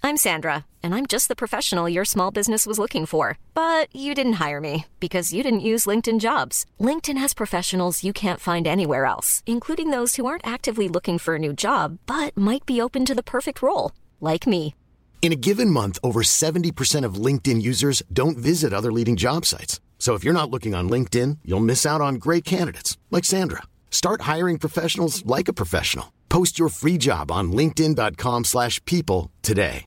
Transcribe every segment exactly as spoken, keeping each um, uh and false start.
I'm Sandra, and I'm just the professional your small business was looking for. But you didn't hire me because you didn't use LinkedIn Jobs. LinkedIn has professionals you can't find anywhere else, including those who aren't actively looking for a new job, but might be open to the perfect role, like me. In a given month, over seventy percent of LinkedIn users don't visit other leading job sites. So if you're not looking on LinkedIn, you'll miss out on great candidates like Sandra. Start hiring professionals like a professional. Post your free job on linkedin dot com slash people today.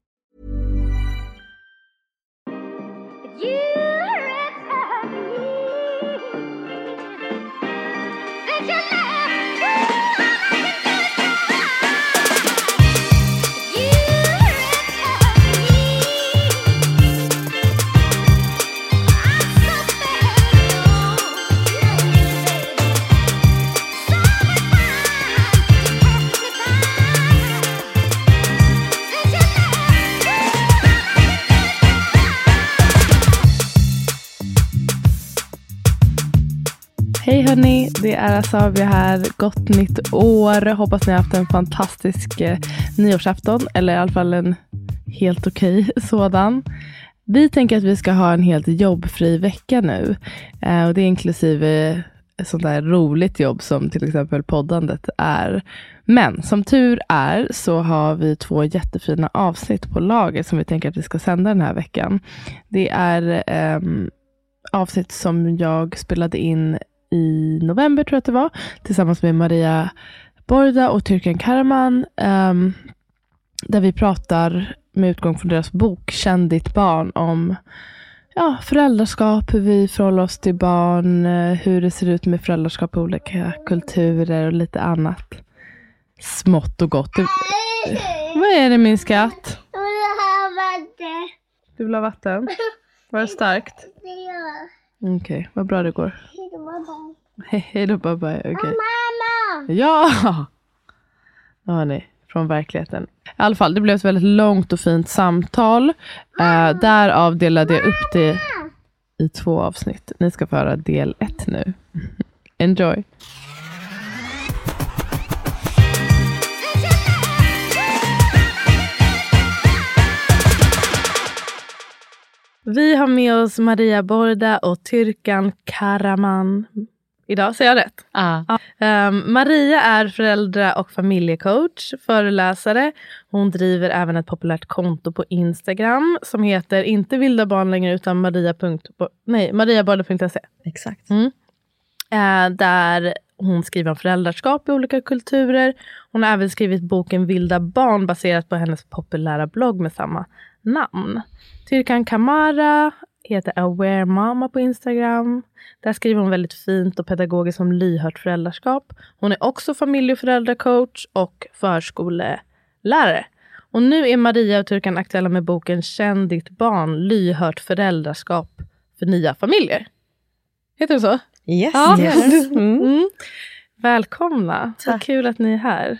Hej hörni, det är Asabia här. Gott nytt år. Hoppas ni har haft en fantastisk eh, nyårsafton. Eller i alla fall en helt okej sådan. Vi tänker att vi ska ha en helt jobbfri vecka nu. Eh, och det är inklusive ett sånt där roligt jobb som till exempel poddandet är. Men som tur är så har vi två jättefina avsnitt på lager som vi tänker att vi ska sända den här veckan. Det är eh, avsnitt som jag spelade in i november tror jag att det var, tillsammans med Maria Borda och Türkan Karaman, um, där vi pratar med utgång från deras bok Känn ditt barn om ja, föräldraskap, hur vi förhåller oss till barn, hur det ser ut med föräldraskap i olika kulturer och lite annat smått och gott. Du, vad är det min skatt? Jag vill ha vatten. Du vill ha vatten? Var det starkt? Ja. Okej, okay, vad bra det går. Hej då babba, okej. Okay. Mamma! Ja! Ja hörni, från verkligheten. I alla fall, det blev ett väldigt långt och fint samtal. Uh, därav delade jag upp det i två avsnitt. Ni ska få höra del ett nu. Enjoy! Vi har med oss Maria Borda och Türkan Karaman. Idag säger jag rätt. Ah. Um, Maria är föräldra- och familjecoach, föreläsare. Hon driver även ett populärt konto på Instagram som heter inte vilda barn längre utan maria. Nej, mariaborda punkt se. Exakt. Mm. Uh, där hon skriver om föräldraskap i olika kulturer. Hon har även skrivit boken Vilda barn baserat på hennes populära blogg med samma namn. Türkan Kamara heter Aware Mama på Instagram. Där skriver hon väldigt fint och pedagogiskt om lyhört föräldraskap. Hon är också familje- och föräldracoach och förskolelärare. Och nu är Maria och Türkan aktuella med boken Känn ditt barn, lyhört föräldraskap för nya familjer. Heter det så? Yes. Ja. yes. Mm. Mm. Välkomna. Så Tack. kul att ni är här.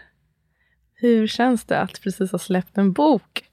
Hur känns det att precis ha släppt en bok?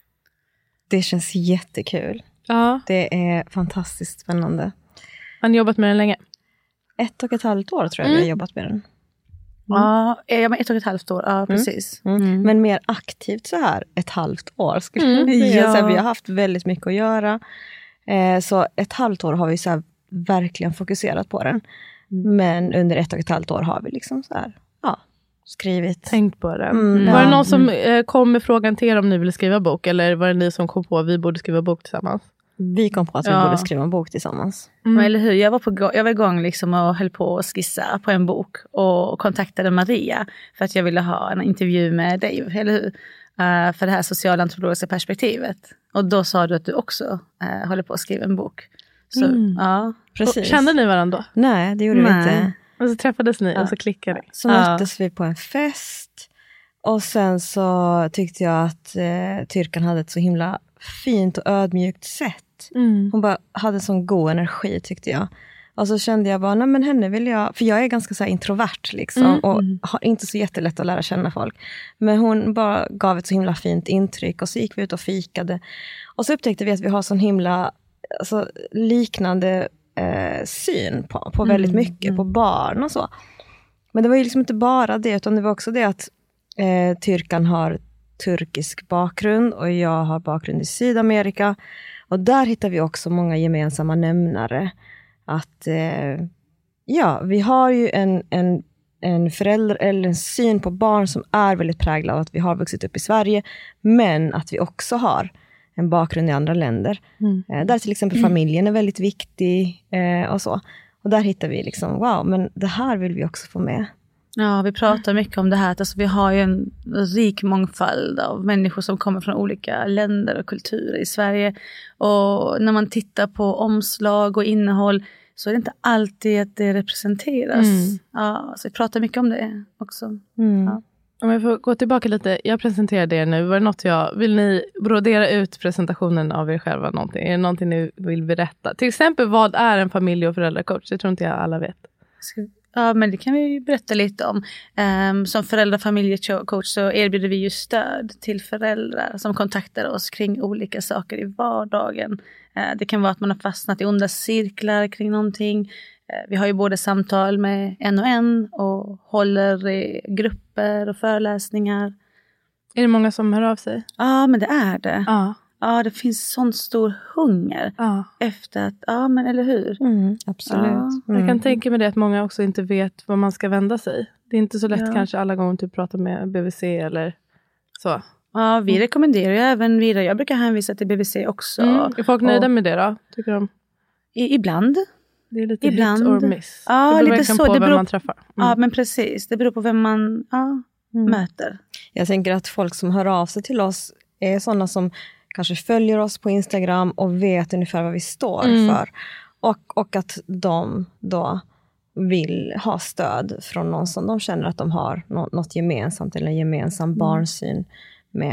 Det känns jättekul. Ja. Det är fantastiskt spännande. Har ni jobbat med den länge? Ett och ett halvt år tror jag Mm. vi har jobbat med den. Mm. Ja, jag med ett och ett halvt år. Ja, precis. Mm. Mm. Men mer aktivt så här ett halvt år skulle Mm. jag säga. Ja. Så här, vi har haft väldigt mycket att göra. Eh, så ett halvt år har vi så här verkligen fokuserat på den. Mm. Men under ett och ett halvt år har vi liksom så här, ja, skrivit. Tänkt på det. Mm, var ja. det någon som eh, kom med frågan till er om ni ville skriva bok? Eller var det ni som kom på att vi borde skriva bok tillsammans? Vi kom på att vi Ja. borde skriva en bok tillsammans. Mm. Eller hur? Jag var, på, jag var igång liksom och höll på att skissa på en bok. Och kontaktade Maria för att jag ville ha en intervju med dig. Eller hur? Uh, för det här sociala antropologiska perspektivet. Och då sa du att du också uh, håller på att skriva en bok. Så, Mm. ja. Precis. Och, kände ni varandra då? Nej, det gjorde Nej. vi inte. Och så träffades ni Ja. och så klickade ni. Så Ja. möttes vi på en fest. Och sen så tyckte jag att eh, Türkan hade ett så himla fint och ödmjukt sätt. Mm. Hon bara hade sån god energi tyckte jag. Och så kände jag bara, nej men henne vill jag... För jag är ganska så här introvert liksom. Mm. Och har inte så jättelätt att lära känna folk. Men hon bara gav ett så himla fint intryck. Och så gick vi ut och fikade. Och så upptäckte vi att vi har sån himla alltså, liknande eh, syn på, på väldigt Mm. mycket. Mm. På barn och så. Men det var ju liksom inte bara det. Utan det var också det att eh, Türkan har turkisk bakgrund och jag har bakgrund i Sydamerika. Och där hittar vi också många gemensamma nämnare. Att eh, ja, vi har ju en, en, en förälder eller en syn på barn som är väldigt präglad av att vi har vuxit upp i Sverige. Men att vi också har en bakgrund i andra länder. Mm. Eh, där till exempel familjen är väldigt viktig eh, och så. Och där hittar vi liksom, wow, men det här vill vi också få med. Ja, vi pratar mycket om det här. Alltså, vi har ju en rik mångfald av människor som kommer från olika länder och kulturer i Sverige. Och när man tittar på omslag och innehåll så är det inte alltid att det representeras. Mm. Ja, så vi pratar mycket om det också. Mm. Ja. Om jag får gå tillbaka lite. Jag presenterade er nu. Var det något jag... Vill ni brodera ut presentationen av er själva någonting? Är det någonting ni vill berätta? Till exempel, vad är en familje- och föräldracoach? Det tror inte jag alla vet. Ja, men det kan vi berätta lite om. Um, som föräldra- och familjecoach så erbjuder vi ju stöd till föräldrar som kontaktar oss kring olika saker i vardagen. Uh, det kan vara att man har fastnat i onda cirklar kring någonting. Uh, vi har ju både samtal med en och en och håller i grupper och föreläsningar. Är det många som hör av sig? Ja, men det är det. Ja. Ja, det finns sån stor hunger ja. efter att, ja men eller hur? Mm, absolut. Ja. Mm. Jag kan tänka mig det att många också inte vet var man ska vända sig. Det är inte så lätt ja. kanske alla gånger att typ prata med B V C eller så. Ja, vi rekommenderar ju även vidare. Jag brukar hänvisa till B V C också. Mm. Är folk nöjda och, med det då? Tycker de? I, ibland. Det är lite ibland. hit or miss. Ja, det beror lite så. på Det vem beror, man träffar. Mm. Ja, men precis. Det beror på vem man ja, mm. möter. Jag tänker att folk som hör av sig till oss är sådana som kanske följer oss på Instagram och vet ungefär vad vi står mm. för. Och, och att de då vill ha stöd från någon som de känner att de har något, något gemensamt eller en gemensam mm. barnsyn med.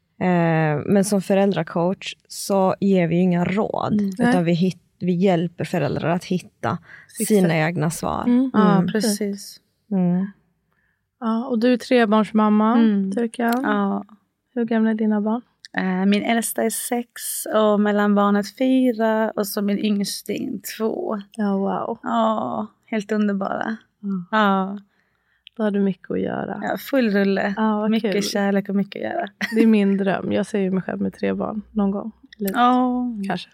Eh, men som föräldracoach så ger vi ju inga råd. Mm. Utan vi, hit, vi hjälper föräldrar att hitta Sitt sina sätt. egna svar. Mm. Mm. Ja, precis. Mm. Ja, och du är trebarnsmamma, mm. Turkan. Ja. Hur gamla är dina barn? Min äldsta är sex och mellanbarnet fyra och så min yngste är två. Ja, wow. Ja, helt underbara. Mm. Ja. Då har du mycket att göra. Ja, full rulle. Ja, mycket kul. Kärlek och mycket att göra. Det är min dröm. Jag ser ju mig själv med tre barn någon gång. Ja, kanske.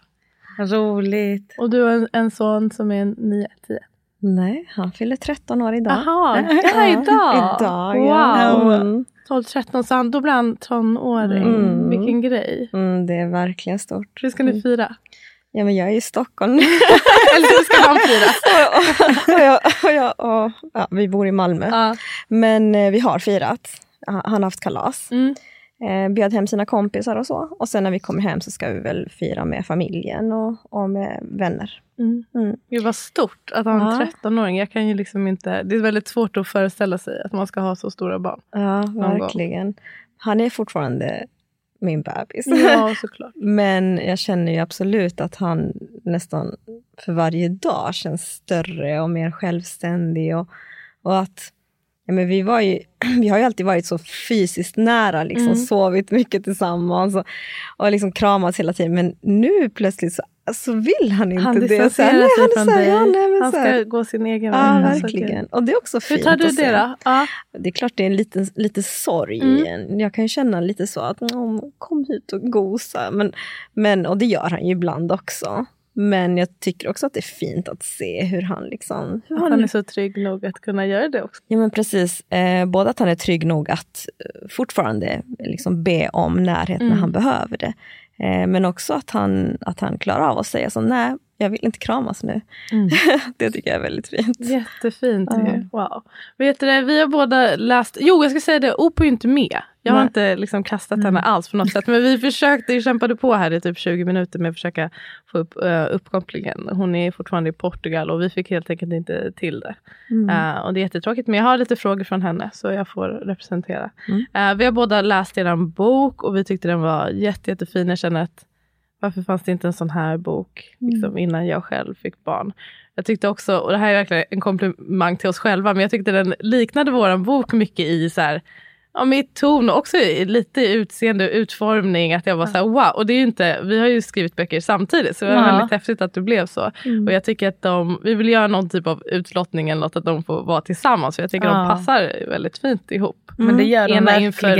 Roligt. Och du har en, en son som är nio tio. Nej, han fyller tretton år idag. Jaha, ja, idag. Idag, wow. ja. Mm. tolv tretton, så han, då blir han tonåring. Mm. Vilken grej. Mm, det är verkligen stort. Hur ska ni fira? Ja, men jag är i Stockholm. Eller hur ska han fira? och, och, jag, och, jag, och ja, vi bor i Malmö. Ja. Men eh, vi har firat. Han har haft kalas. Mm. Eh, bjöd hem sina kompisar och så. Och sen när vi kommer hem så ska vi väl fira med familjen och, och med vänner. Mm. Mm. Det var stort att ha en ja. trettonåring. Jag kan ju liksom inte, det är väldigt svårt att föreställa sig att man ska ha så stora barn. Ja, verkligen. Han är fortfarande min bebis. Ja, såklart. Men jag känner ju absolut att han nästan för varje dag känns större och mer självständig. Och, och att ja, men vi, var ju, vi har ju alltid varit så fysiskt nära, liksom, mm. sovit mycket tillsammans och, och liksom kramats hela tiden. Men nu plötsligt så, så vill han inte han det. Han distanserar sig från dig. Ja, nej, han ska här, gå sin egen väg. Ja, verkligen. Och det är också fint. Hur tar du det då? Ja. Det är klart det är en liten, lite sorg mm. i en. Jag kan ju känna lite så att kom hit och gosa. Men, men, och det gör han ju ibland också. Men jag tycker också att det är fint att se hur han liksom... Hur han, han är så trygg nog att kunna göra det också. Ja, men precis. Eh, både att han är trygg nog att eh, fortfarande liksom be om närhet mm. när han behöver det. Eh, men också att han, att han klarar av att säga så, nej, jag vill inte kramas nu. Mm. Det tycker jag är väldigt fint. Jättefint. Mm. Wow. Vet du det, vi har båda läst... Jo, jag ska säga det, Opo är inte med. Jag har Nej. inte liksom kastat henne mm. alls på något sätt. Men vi försökte, kämpade på här i typ tjugo minuter med att försöka få upp uh, uppkopplingen. Hon är fortfarande i Portugal och vi fick helt enkelt inte till det. Mm. Uh, och det är jättetråkigt. Men jag har lite frågor från henne så jag får representera. Mm. Uh, vi har båda läst eran bok och vi tyckte den var jätte, jättefin. Jag känner att varför fanns det inte en sån här bok liksom, mm. innan jag själv fick barn? Jag tyckte också, och det här är verkligen en komplimang till oss själva, men jag tyckte den liknade våran bok mycket i så här, ja, med ton och också lite utseende och utformning, att jag var så här, wow, och det är ju inte, vi har ju skrivit böcker samtidigt så det var ja. väldigt häftigt att det blev så. Mm. Och jag tycker att de, vi vill göra någon typ av utlottning eller något, att de får vara tillsammans, för jag tycker ja. de passar väldigt fint ihop. Mm. Men det gör de ena verkligen. Inför,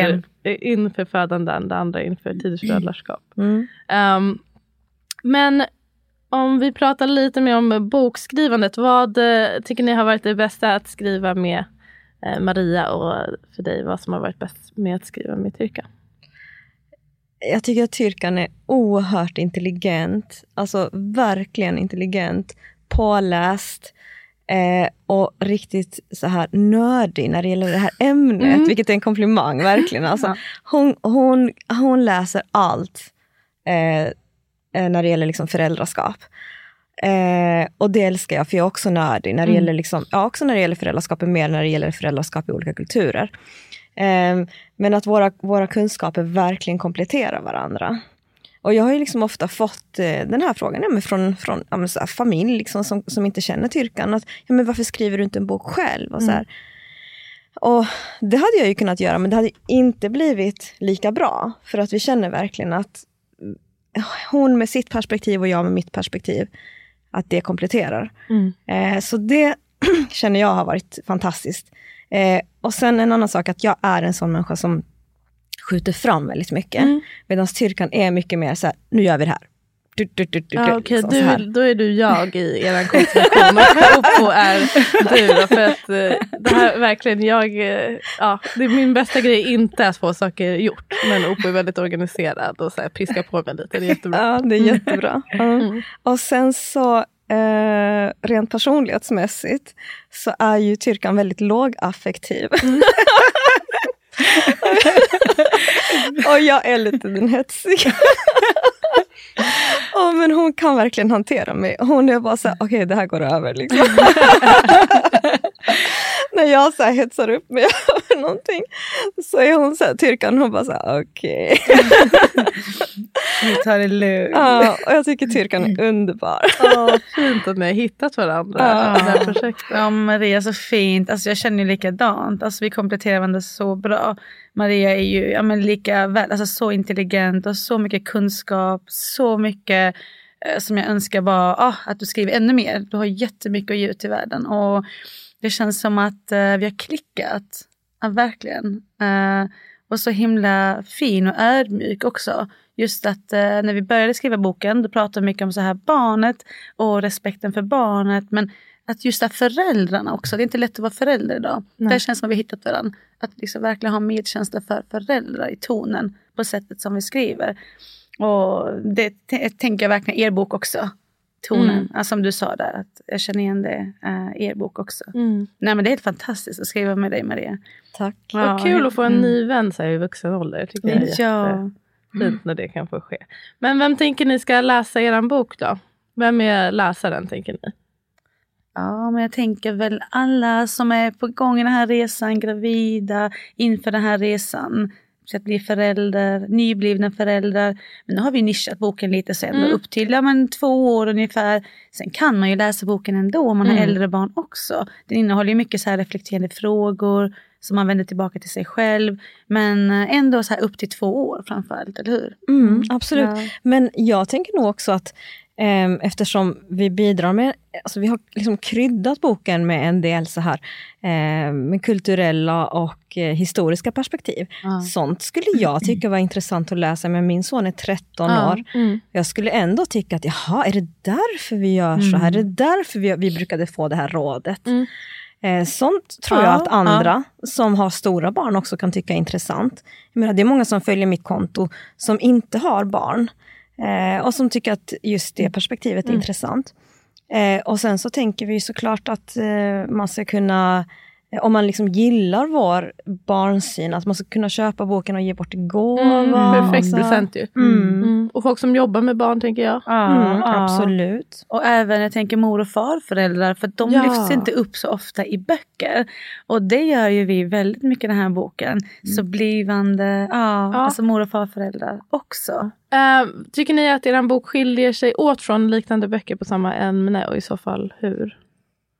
inför födandet, det andra inför tidigt föräldraskap. Mm. Um, men om vi pratar lite mer om bokskrivandet, vad eh, tycker ni har varit det bästa att skriva med eh, Maria, och för dig vad som har varit bäst med att skriva med Tyrkan? Jag tycker att Tyrkan är oerhört intelligent, alltså verkligen intelligent, påläst eh, och riktigt så här nördig när det gäller det här ämnet, mm. vilket är en komplimang verkligen. Alltså, hon, hon, hon läser allt eh, när det gäller liksom föräldraskap. Eh, och det älskar jag, för jag är också nördig när det mm. gäller liksom, ja, också när det gäller föräldraskap, mer när det gäller föräldraskap i olika kulturer. Eh, men att våra, våra kunskaper verkligen kompletterar varandra. Och jag har ju liksom ofta fått eh, den här frågan ja, men från, från ja, men så här, familj liksom, som, som inte känner Tyrkan. Att, ja, men varför skriver du inte en bok själv? Och, så här. Mm. Och det hade jag ju kunnat göra, men det hade inte blivit lika bra. För att vi känner verkligen att hon med sitt perspektiv och jag med mitt perspektiv, att det kompletterar. Mm. Eh, så det känner jag har varit fantastiskt. Eh, och sen en annan sak, att jag är en sån människa som skjuter fram väldigt mycket. Mm. Medan Tyrkan är mycket mer så här, nu gör vi det här. Du, du, du, du, ja, okej, okay. du, då är du jag i er konstellation. Och Oppo är du då, för att eh, det här verkligen jag, eh, ja, det är min bästa grej inte att få saker gjort. Men Oppo är väldigt organiserad och så här, piskar på mig lite, det är jättebra. Ja, det är jättebra. Mm. Mm. Och sen så eh, rent personlighetsmässigt så är ju Tyrkan väldigt lågaffektiv. Mm. Och jag är lite den hetsiga. Oh, men hon kan verkligen hantera mig. Hon är bara så här, okej, okay, det här går över liksom. När jag så här hetsar upp mig över någonting, så är hon så här, Tyrkan, hon bara så här, okej. Okay. Vi tar det lugnt. Ja, och jag tycker Tyrkan är underbar. Ja, fint att ni har hittat varandra. Ja, det här projektet. Ja, Maria, så fint. Alltså jag känner ju likadant. Alltså vi kompletterar varandra så bra. Maria är ju ja, men lika väl, alltså så intelligent och så mycket kunskap, så mycket eh, som jag önskar bara ah, att du skriver ännu mer. Du har jättemycket att ge ut i världen och det känns som att eh, vi har klickat, ja, verkligen. Eh, och så himla fin och ödmjuk också. Just att eh, när vi började skriva boken, då pratade vi mycket om så här barnet och respekten för barnet, men att just att föräldrarna också, det är inte lätt att vara förälder idag. Nej. Det känns som att vi har hittat varandra. Att liksom verkligen ha medkänsla för föräldrar i tonen på sättet som vi skriver. Och det t- tänker jag verkligen er bok också. Tonen, mm. alltså, som du sa där, att jag känner igen det, äh, er bok också. Mm. Nej, men det är helt fantastiskt att skriva med dig, Maria. Tack. Ja, vad kul att få en mm. ny vän så här, i vuxen ålder. Tycker jag är ja. jättefint mm. när det kan få ske. Men vem tänker ni ska läsa er bok då? Vem är läsaren, tänker ni? Ja, men jag tänker väl alla som är på gång i den här resan, gravida, inför den här resan, så att bli förälder, nyblivna föräldrar. Men nu har vi nischat boken lite sen, mm. upp till ja, men två år ungefär. Sen kan man ju läsa boken ändå om man mm. har äldre barn också. Den innehåller ju mycket så här reflekterande frågor som man vänder tillbaka till sig själv. Men ändå så här upp till två år framförallt, eller hur? Mm, absolut. Ja. Men jag tänker nog också att Um, eftersom vi bidrar med, alltså vi har liksom kryddat boken med en del så här um, med kulturella och uh, historiska perspektiv. Mm. Sånt skulle jag tycka var intressant att läsa, men min son är tretton mm. år. Mm. Jag skulle ändå tycka att jaha, är det därför vi gör så här? Mm. Är det därför vi, vi brukade få det här rådet? Mm. Uh, sånt tror ja, jag att andra ja. som har stora barn också kan tycka är intressant. Jag menar, det är många som följer mitt konto som inte har barn. Eh, och som tycker att just det perspektivet är mm. intressant. Eh, och sen så tänker vi såklart att eh, man ska kunna, eh, om man liksom gillar vår barnsyn, att man ska kunna köpa boken och ge bort i gåva. Mm, perfekt present ju. Mm. Mm. Och folk som jobbar med barn, tänker jag. Ja, mm, absolut. Och även, jag tänker mor- och farföräldrar, för de ja. lyfts inte upp så ofta i böcker. Och det gör ju vi väldigt mycket i den här boken. Mm. Så blivande, ja, ja. alltså mor- och farföräldrar också. Uh, tycker ni att er bok skiljer sig åt från liknande böcker på samma ämne, och i så fall hur?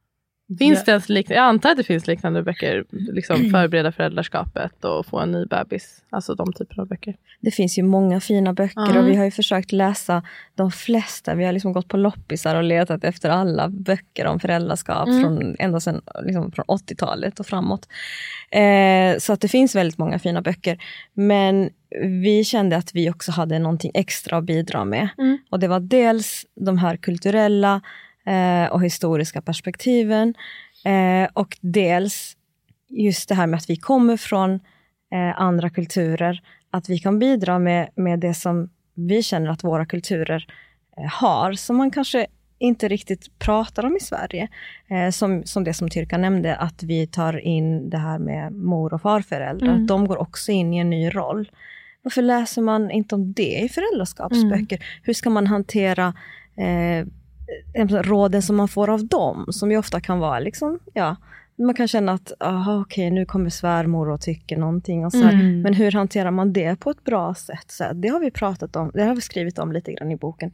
Finns Ja. det ens liknande? Jag antar att det finns liknande böcker. Liksom förbereda föräldraskapet och få en ny bebis. Alltså de typerna av böcker. Det finns ju många fina böcker Mm. och vi har ju försökt läsa de flesta. Vi har liksom gått på loppisar och letat efter alla böcker om föräldraskap Mm. från, ända sedan liksom från åttiotalet och framåt. Eh, så att det finns väldigt många fina böcker. Men vi kände att vi också hade någonting extra att bidra med. Mm. Och det var dels de här kulturella eh, och historiska perspektiven. Eh, och dels just det här med att vi kommer från eh, andra kulturer. Att vi kan bidra med, med det som vi känner att våra kulturer eh, har. Som man kanske inte riktigt pratar om i Sverige. Eh, som, som det som Tyrka nämnde. Att vi tar in det här med mor- och farföräldrar. Mm. Att de går också in i en ny roll. Varför läser man inte om det i föräldraskapsböcker? Mm. Hur ska man hantera eh, råden som man får av dem? Som ju ofta kan vara liksom, ja... Man kan känna att, aha, okej, nu kommer svärmor och tycker någonting. Och så Mm. Men hur hanterar man det på ett bra sätt? Så det har vi pratat om, det har vi skrivit om lite grann i boken.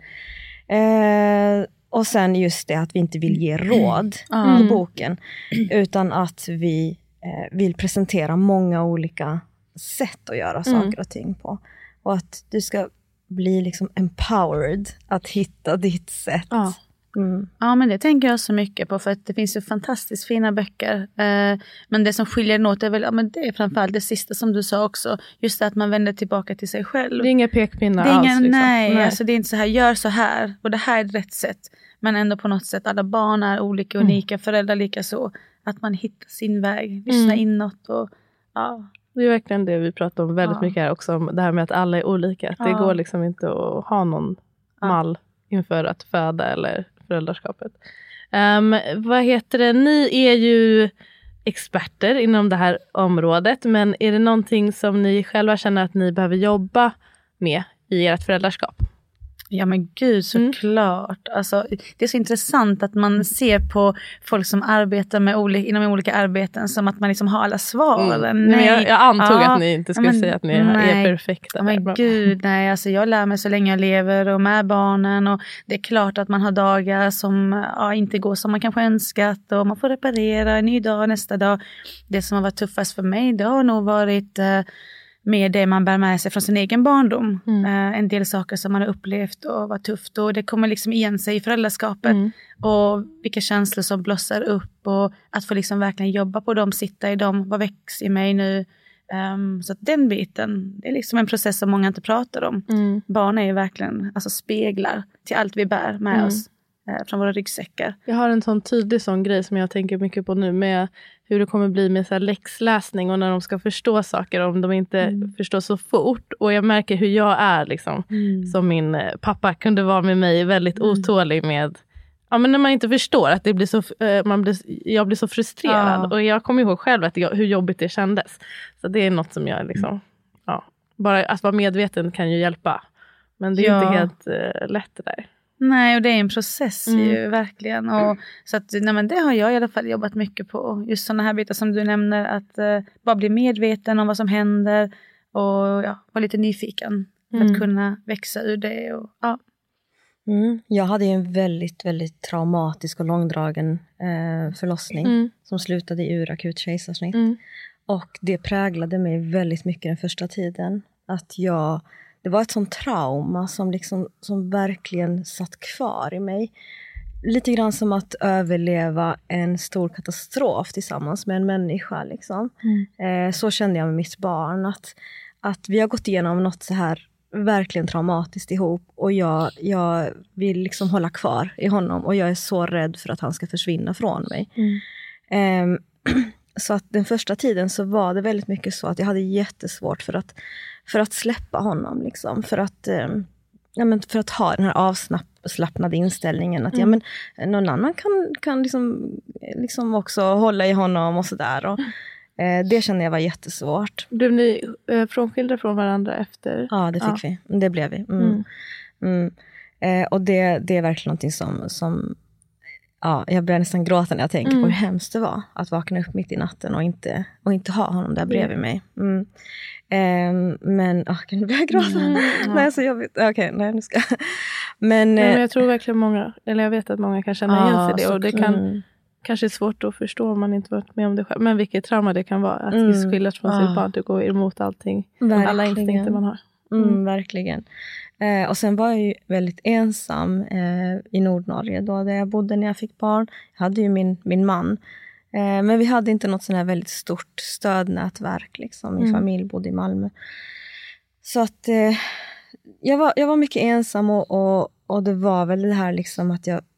Eh, och sen just det att vi inte vill ge råd Mm. i boken. Utan att vi eh, vill presentera många olika sätt att göra saker Mm. och ting på. Och att du ska bli liksom empowered att hitta ditt sätt. Ja. Mm. Ja, men det tänker jag så mycket på, för att det finns ju fantastiskt fina böcker. Eh, men det som skiljer något är väl, ja, men det är framförallt det sista som du sa också. Just det att man vänder tillbaka till sig själv. Det är inga pekpinnar Det är alls. ingen, Liksom. nej, nej. Alltså det är inte så här, gör så här. Och det här är rätt sätt. Men ändå på något sätt, alla barn är olika, unika, föräldrar lika så. Att man hittar sin väg, lyssna Mm. inåt och ja. Det är verkligen det vi pratar om väldigt Ja. mycket här också. Om det här med att alla är olika. Att det Ja. går liksom inte att ha någon Ja. mall inför att föda eller föräldraskapet. Um, vad heter det? Ni är ju experter inom det här området. Men är det någonting som ni själva känner att ni behöver jobba med i ert föräldraskap? Ja men gud, såklart. Mm. Alltså, det är så intressant att man ser på folk som arbetar med olika, inom olika arbeten som att man liksom har alla svar. Mm. Nej. Jag, jag antog ja, att ni inte skulle ja, men, säga att ni nej. är perfekta. Ja, men där. gud, nej. Alltså, jag lär mig så länge jag lever och med barnen. Och det är klart att man har dagar som ja, inte går som man kanske önskat. Och man får reparera en ny dag nästa dag. Det som har varit tuffast för mig, det har nog varit... Eh, med det man bär med sig från sin egen barndom. Mm. Uh, en del saker som man har upplevt och var tufft. Och det kommer liksom igen sig i föräldraskapet. Mm. Och vilka känslor som blossar upp. Och att få liksom verkligen jobba på dem, sitta i dem. Vad väcks i mig nu? Um, så att den biten, det är liksom en process som många inte pratar om. Mm. Barn är ju verkligen alltså speglar till allt vi bär med Mm. oss. Uh, från våra ryggsäckar. Jag har en sån tydlig sån grej som jag tänker mycket på nu med hur det kommer bli med så här läxläsning och när de ska förstå saker om de inte Mm. förstår så fort. Och jag märker hur jag är liksom, Mm. som min pappa kunde vara med mig, väldigt Mm. otålig med, ja men när man inte förstår att det blir så, eh, man blir, jag blir så frustrerad. Ja. Och jag kommer ihåg själv att jag, hur jobbigt det kändes. Så det är något som jag liksom, ja, bara att vara medveten kan ju hjälpa. Men det är Ja. inte helt eh, lätt det där. Nej, och det är en process Mm. ju, verkligen. Och, så att, nej, men det har jag i alla fall jobbat mycket på. Just sådana här bitar som du nämner. Att eh, bara bli medveten om vad som händer. Och ja, vara lite nyfiken. För Mm. att kunna växa ur det. Och, ja. Mm. Jag hade ju en väldigt, väldigt traumatisk och långdragen eh, förlossning. Mm. Som slutade i urakut kejsarsnitt. Mm. Och det präglade mig väldigt mycket den första tiden. Att jag... Det var ett sånt trauma som, liksom, som verkligen satt kvar i mig. Lite grann som att överleva en stor katastrof tillsammans med en människa. Liksom. Mm. Eh, så kände jag med mitt barn. Att, att vi har gått igenom något så här verkligen traumatiskt ihop. Och jag, jag vill liksom hålla kvar i honom. Och jag är så rädd för att han ska försvinna från mig. Mm. Eh, så att den första tiden så var det väldigt mycket så att jag hade jättesvårt för att För att släppa honom. Liksom. För, att, eh, ja, men för att ha den här avslappnade inställningen. Att mm. ja, men, någon annan kan, kan liksom, liksom också hålla i honom och sådär. Och, eh, det kände jag var jättesvårt. Blev ni eh, frånskilda från varandra efter? Ja, det fick ja. vi. Det blev vi. Mm. Mm. Mm. Eh, och det, det är verkligen någonting som... som ja, jag börjar nästan gråta när jag tänker mm. på hur hemskt det var. Att vakna upp mitt i natten och inte, och inte ha honom där bredvid mm. mig. Mm. Um, men, oh, kan du börja gråta? Mm, ja. Nej, så jobbigt. Okej, okay, nej, nu ska jag. Men, nej, men jag tror verkligen många, eller jag vet att många kan känna igen sig det. Och det kan, mm. kanske är svårt att förstå om man inte varit med om det själv. Men vilket trauma det kan vara. Att Mm. just skiljas från Ah. sitt barn. Du går emot allting. Verkligen. Alla instinkter man har. Mm, Mm. verkligen. Eh, och sen var jag ju väldigt ensam eh, i Nordnorge då där jag bodde när jag fick barn. Jag hade ju min, min man. Eh, men vi hade inte något sån här väldigt stort stödnätverk. Liksom. Min Mm. familj bodde i Malmö. Så att eh, jag, var, jag var mycket ensam och, och, och det var väl det här liksom att jag,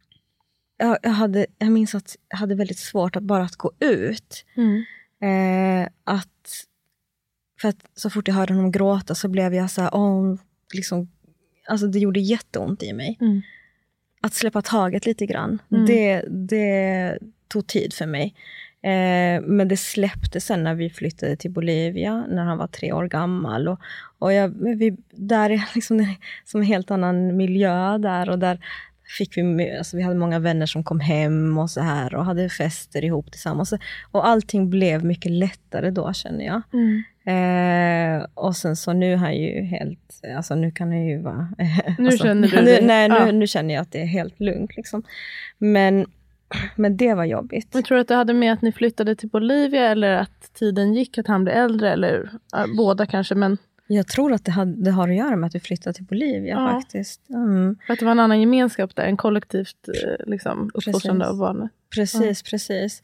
jag, jag, hade, jag minns att jag hade väldigt svårt att bara att gå ut. Mm. Eh, att för att så fort jag hörde honom gråta så blev jag så här, åh, liksom, alltså det gjorde jätteont i mig. Mm. Att släppa taget lite grann, Mm. det, det tog tid för mig. Eh, men det släppte sen när vi flyttade till Bolivia, när han var tre år gammal. Och, och jag, vi, där är liksom en, som en helt annan miljö där. Och där fick vi, alltså vi hade många vänner som kom hem och så här. Och hade fester ihop tillsammans. Och allting blev mycket lättare då, känner jag. Mm. Eh, och sen så nu är han ju helt, alltså nu kan han ju vara Nu alltså, känner du nu, det. nej, nu, Ja. nu känner jag att det är helt lugnt liksom. Men, men det var jobbigt. Men tror du att det hade med att ni flyttade till Bolivia eller att tiden gick, att han blev äldre eller ja, båda kanske, men Jag tror att det, hade, det har att göra med att vi flyttade till Bolivia Ja. faktiskt. Mm. för att det var en annan gemenskap där, en kollektivt eh, liksom, uppfostrande Precis. av barnet. Precis, precis.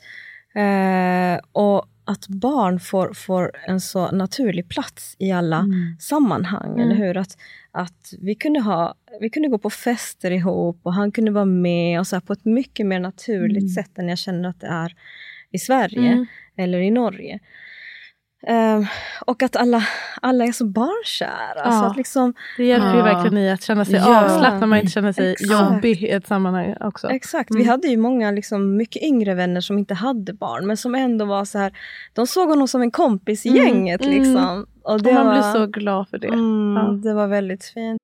Eh, och att barn får, får en så naturlig plats i alla Mm. sammanhang, Mm. eller hur? Att, att vi, kunde ha, vi kunde gå på fester ihop och han kunde vara med och så här, på ett mycket mer naturligt Mm. sätt än jag känner att det är i Sverige Mm. eller i Norge. Eh, och att alla, alla är så barnkära. Alltså Ja. att liksom, Det hjälper ju Ja. verkligen i att känna sig Ja. avslappnad när man inte känner sig Exakt. jobbig i ett sammanhang också. exakt, Mm. vi hade ju många liksom, mycket yngre vänner som inte hade barn, men som ändå var så här, de såg honom som en kompis i Mm. gänget Mm. liksom. Och det Och man var, blir så glad för det. mm, Ja. det var väldigt fint.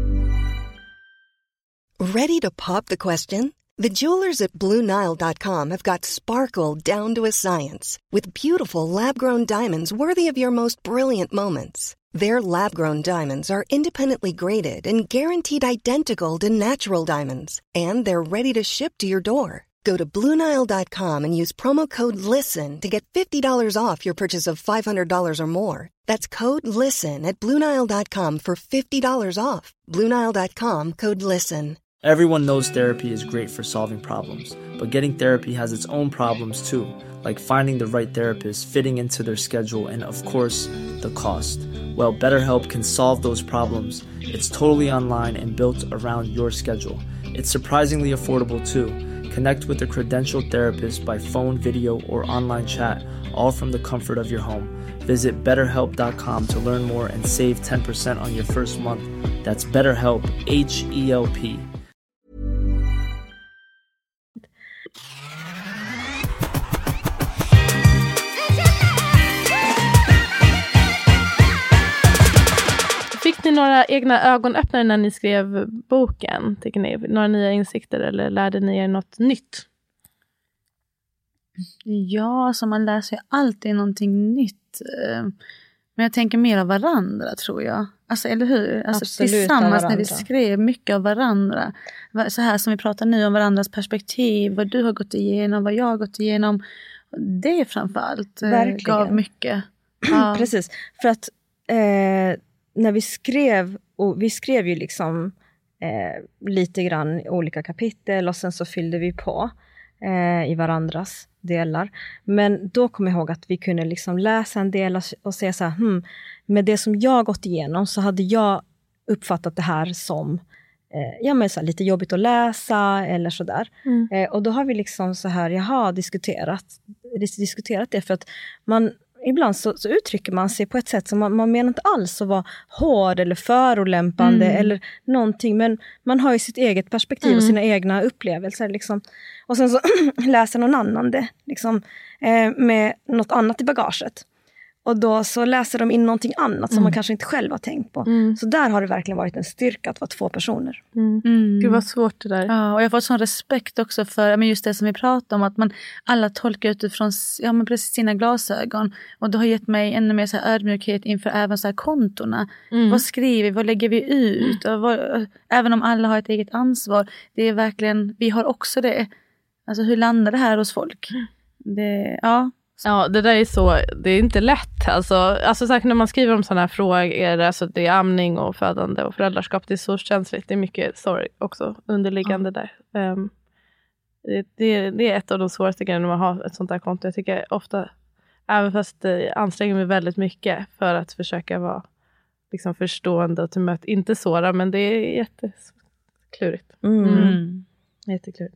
Ready to pop the question? The jewelers at Blue Nile dot com have got sparkle down to a science with beautiful lab-grown diamonds worthy of your most brilliant moments. Their lab-grown diamonds are independently graded and guaranteed identical to natural diamonds, and they're ready to ship to your door. Go to Blue Nile dot com and use promo code LISTEN to get fifty dollars off your purchase of five hundred dollars or more. That's code LISTEN at Blue Nile dot com for fifty dollars off. Blue Nile dot com, code LISTEN. Everyone knows therapy is great for solving problems, but getting therapy has its own problems too, like finding the right therapist, fitting into their schedule, and of course, the cost. Well, BetterHelp can solve those problems. It's totally online and built around your schedule. It's surprisingly affordable too. Connect with a credentialed therapist by phone, video, or online chat, all from the comfort of your home. Visit better help dot com to learn more and save ten percent on your first month. That's BetterHelp, H E L P. Fick ni några egna ögonöppnare när ni skrev boken, tycker ni? Några nya insikter eller lärde ni er något nytt? Ja, så man lär sig alltid någonting nytt. Eh, Men jag tänker mer av varandra, tror jag. Alltså, eller hur? Alltså, Absolut, tillsammans av när vi varandra. skrev mycket av varandra. Va- Så här som vi pratar nu om varandras perspektiv. Vad du har gått igenom, vad jag har gått igenom. Det framförallt eh, Verkligen. gav mycket. Ja. Precis, för att eh, när vi skrev, och vi skrev ju liksom eh, lite grann olika kapitel och sen så fyllde vi på eh, i varandras delar. Men då kom jag ihåg att vi kunde liksom läsa en del och, och säga så här, hmm, med det som jag gått igenom så hade jag uppfattat det här som eh, ja, men så här, lite jobbigt att läsa eller sådär. Mm. Eh, och då har vi liksom så här, jaha, diskuterat, dis- diskuterat det för att man ibland så, så uttrycker man sig på ett sätt som man, man menar inte alls att vara hård eller förolämpande Mm. eller någonting, men man har ju sitt eget perspektiv och sina egna upplevelser liksom. Och sen så läser någon annan det liksom, eh, med något annat i bagaget. Och då så läser de in någonting annat som man kanske inte själv har tänkt på. Mm. Så där har det verkligen varit en styrka att vara två personer. Mm. Mm. Gud vad svårt det där. Ja, och jag får sån respekt också för ja, men just det som vi pratar om, att man alla tolkar utifrån ja, men precis sina glasögon. Och det har gett mig ännu mer så här ödmjukhet inför även så här kontona. Mm. Vad skriver vi, vad lägger vi ut? Och vad, även om alla har ett eget ansvar, det är verkligen, vi har också det. Alltså hur landar det här hos folk? Det, ja. Ja, det där är så, det är inte lätt. Alltså, alltså säkert när man skriver om sådana här frågor, alltså det är amning och födande och föräldraskap, det är så känsligt. Det är mycket sorg också underliggande ja. där. Um, det, det, det är ett av de svåraste grejerna med att ha ett sånt här konto. Jag tycker ofta, även fast det anstränger mig väldigt mycket för att försöka vara liksom förstående och till möte, inte såra, men det är jätteklurigt. Mm. Mm. Jätteklurigt.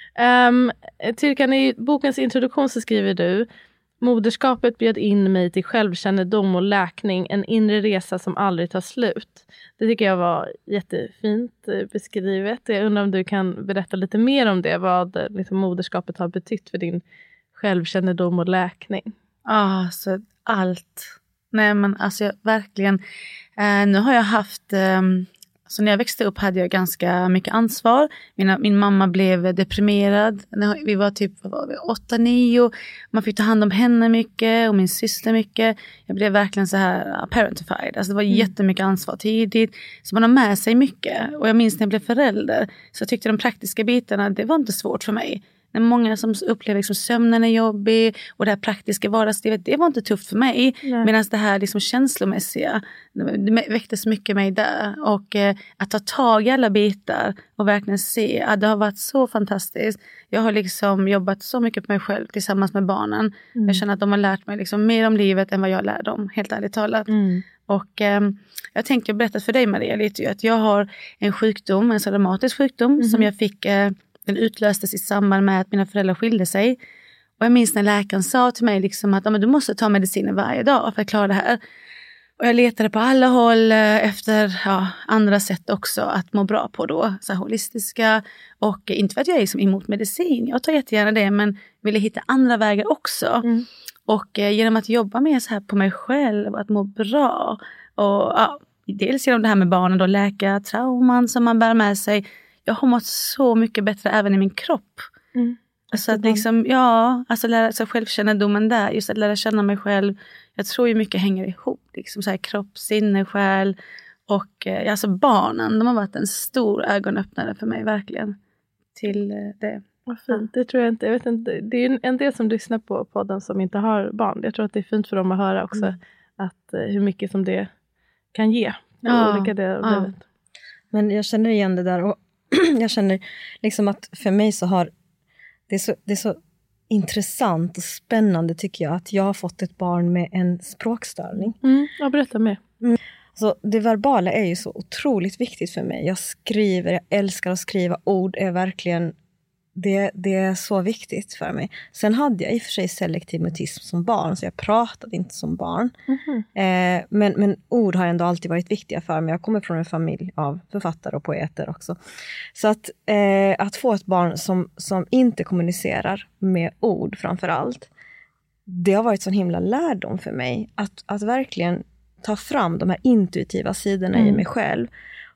Um, Tyrkan, i bokens introduktion så skriver du: moderskapet bjöd in mig till självkännedom och läkning, en inre resa som aldrig tar slut. Det tycker jag var jättefint beskrivet. Jag undrar om du kan berätta lite mer om det, vad liksom, moderskapet har betytt för din självkännedom och läkning. Ja, så allt. Nej men alltså jag, verkligen. Eh, nu har jag haft... Eh, Så när jag växte upp hade jag ganska mycket ansvar. Mina, min mamma blev deprimerad. När vi var typ åtta nio. Man fick ta hand om henne mycket. Och min syster mycket. Jag blev verkligen så här parentified. Alltså det var mm. jättemycket ansvar tidigt. Så man har med sig mycket. Och jag minns när jag blev förälder. Så jag tyckte de praktiska bitarna, det var inte svårt för mig. Det är många som upplever liksom sömnen är jobbig. Och det här praktiska vardagslivet, det var inte tufft för mig. Medan det här liksom känslomässiga, det väcktes mycket mig där. Och eh, att ta tag i alla bitar. Och verkligen se att det har varit så fantastiskt. Jag har liksom jobbat så mycket på mig själv tillsammans med barnen. Mm. Jag känner att de har lärt mig liksom mer om livet än vad jag lär dem. Helt ärligt talat. Mm. Och eh, jag tänkte berätta för dig Maria lite ju, att jag har en sjukdom, en reumatisk sjukdom. Mm. Som jag fick... Eh, Den utlöstes i samband med att mina föräldrar skilde sig. Och jag minns när läkaren sa till mig liksom att du måste ta mediciner varje dag för att klara det här. Och jag letade på alla håll efter ja, andra sätt också att må bra på då. Så här holistiska. Och inte för att jag är liksom emot medicin. Jag tar jättegärna det, men ville hitta andra vägar också. Mm. Och eh, genom att jobba mer så här på mig själv och att må bra. Och ja, dels genom det här med barnen då, läka trauman som man bär med sig. Jag har mått så mycket bättre även i min kropp. Mm. Så att liksom, ja, alltså lära sig självkännedomen där. Just att lära känna mig själv. Jag tror ju mycket hänger ihop. Liksom så här kropp, sinne, själ. Och eh, alltså barnen, de har varit en stor ögonöppnare för mig verkligen. Till eh, det. Vad fint, det tror jag inte. Jag vet inte. Det är en del som lyssnar på podden som inte har barn. Jag tror att det är fint för dem att höra också. Mm. Att eh, hur mycket som det kan ge. Ja, olika delar av ja. livet. Men jag känner igen det där och jag känner liksom att för mig så har det är så, det är så intressant och spännande tycker jag att jag har fått ett barn med en språkstörning. Mm, jag berättar mer. Mm. Så det verbala är ju så otroligt viktigt för mig. Jag skriver, jag älskar att skriva. Ord är verkligen, det, det är så viktigt för mig. Sen hade jag i och för sig selektiv mutism som barn, så jag pratade inte som barn. Mm-hmm. Eh, men, men ord har ändå alltid varit viktiga för mig. Jag kommer från en familj av författare och poeter också. Så att, eh, att få ett barn som, som inte kommunicerar med ord framför allt, det har varit sån himla lärdom för mig. Att, att verkligen ta fram de här intuitiva sidorna mm. i mig själv.